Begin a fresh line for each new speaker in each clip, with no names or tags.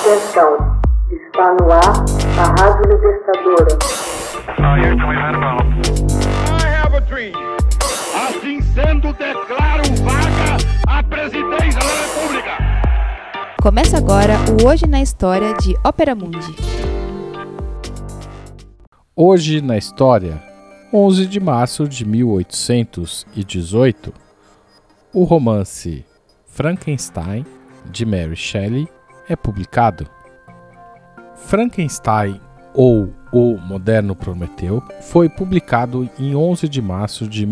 Atenção, está no ar a Rádio Libertadora.
I have a dream. Assim sendo, declaro vaga a presidência da República.
Começa agora o Hoje na História de Ópera Mundi.
Hoje na História, 11 de março de 1818, o romance Frankenstein, de Mary Shelley, é publicado. Frankenstein, ou O Moderno Prometeu, foi publicado em 11 de março de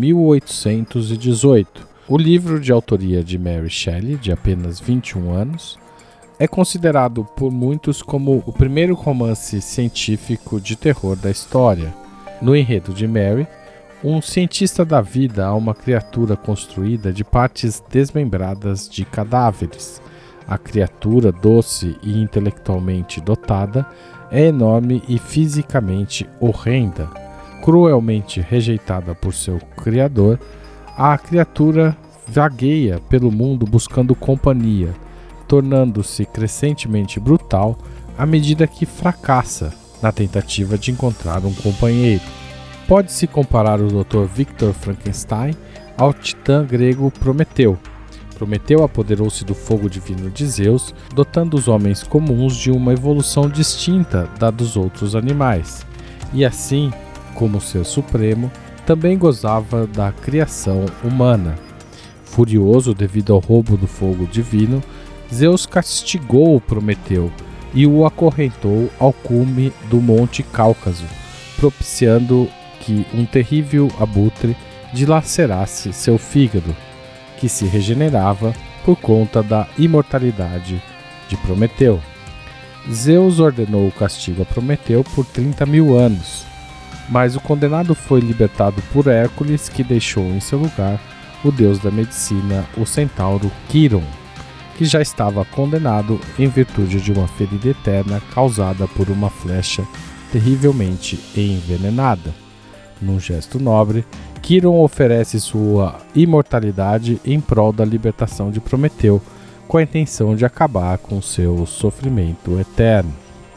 1818. O livro, de autoria de Mary Shelley, de apenas 21 anos, é considerado por muitos como o primeiro romance científico de terror da história. No enredo de Mary, um cientista dá vida a uma criatura construída de partes desmembradas de cadáveres. A criatura, doce e intelectualmente dotada, é enorme e fisicamente horrenda. Cruelmente rejeitada por seu criador, a criatura vagueia pelo mundo buscando companhia, tornando-se crescentemente brutal à medida que fracassa na tentativa de encontrar um companheiro. Pode-se comparar o Dr. Victor Frankenstein ao titã grego Prometeu. Prometeu apoderou-se do fogo divino de Zeus, dotando os homens comuns de uma evolução distinta da dos outros animais, e assim, como ser supremo, também gozava da criação humana. Furioso devido ao roubo do fogo divino, Zeus castigou Prometeu e o acorrentou ao cume do Monte Cáucaso, propiciando que um terrível abutre dilacerasse seu fígado, que se regenerava por conta da imortalidade de Prometeu. Zeus ordenou o castigo a Prometeu por 30.000 anos, mas o condenado foi libertado por Hércules, que deixou em seu lugar o deus da medicina, o centauro Quiron, que já estava condenado em virtude de uma ferida eterna causada por uma flecha terrivelmente envenenada. Num gesto nobre, Quiron oferece sua imortalidade em prol da libertação de Prometeu, com a intenção de acabar com seu sofrimento eterno.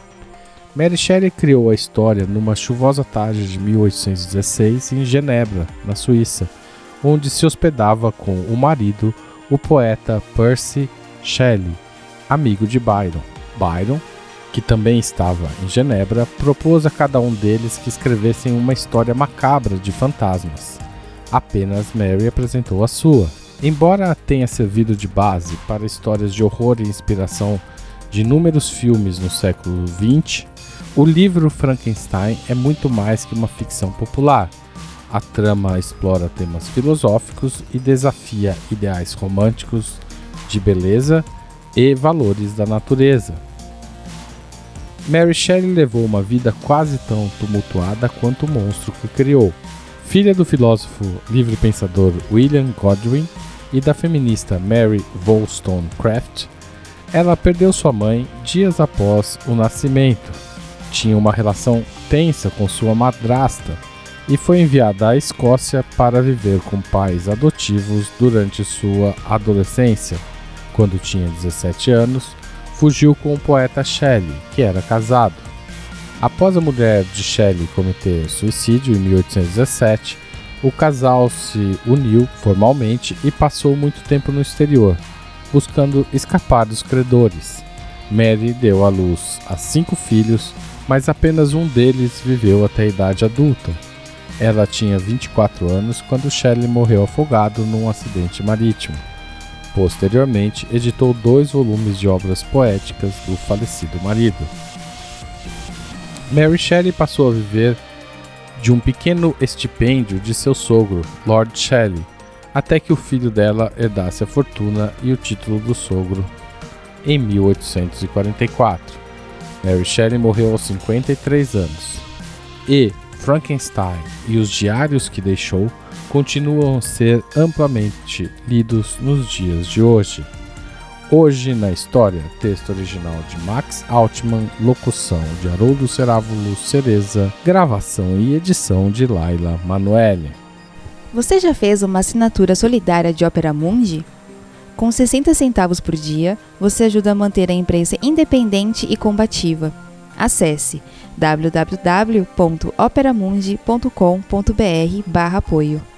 Mary Shelley criou a história numa chuvosa tarde de 1816 em Genebra, na Suíça, onde se hospedava com o marido, o poeta Percy Shelley, amigo de Byron. Byron, que também estava em Genebra, propôs a cada um deles que escrevessem uma história macabra de fantasmas. Apenas Mary apresentou a sua. Embora tenha servido de base para histórias de horror e inspiração de inúmeros filmes no século XX, o livro Frankenstein é muito mais que uma ficção popular. A trama explora temas filosóficos e desafia ideais românticos de beleza e valores da natureza. Mary Shelley levou uma vida quase tão tumultuada quanto o monstro que criou. Filha do filósofo livre-pensador William Godwin e da feminista Mary Wollstonecraft, ela perdeu sua mãe dias após o nascimento. Tinha uma relação tensa com sua madrasta e foi enviada à Escócia para viver com pais adotivos durante sua adolescência. Quando tinha 17 anos, fugiu com o poeta Shelley, que era casado. Após a mulher de Shelley cometer suicídio em 1817, o casal se uniu formalmente e passou muito tempo no exterior, buscando escapar dos credores. Mary deu à luz a 5 filhos, mas apenas um deles viveu até a idade adulta. Ela tinha 24 anos quando Shelley morreu afogado num acidente marítimo. Posteriormente, editou 2 volumes de obras poéticas do falecido marido. Mary Shelley passou a viver de um pequeno estipêndio de seu sogro, Lord Shelley, até que o filho dela herdasse a fortuna e o título do sogro em 1844. Mary Shelley morreu aos 53 anos. E Frankenstein e os diários que deixou continuam a ser amplamente lidos nos dias de hoje. Hoje na História, texto original de Max Altman, locução de Haroldo Cerávulo Cereza, gravação e edição de Laila Manoeli.
Você já fez uma assinatura solidária de Ópera Mundi? Com 60 centavos por dia, você ajuda a manter a imprensa independente e combativa. Acesse www.operamundi.com.br/apoio.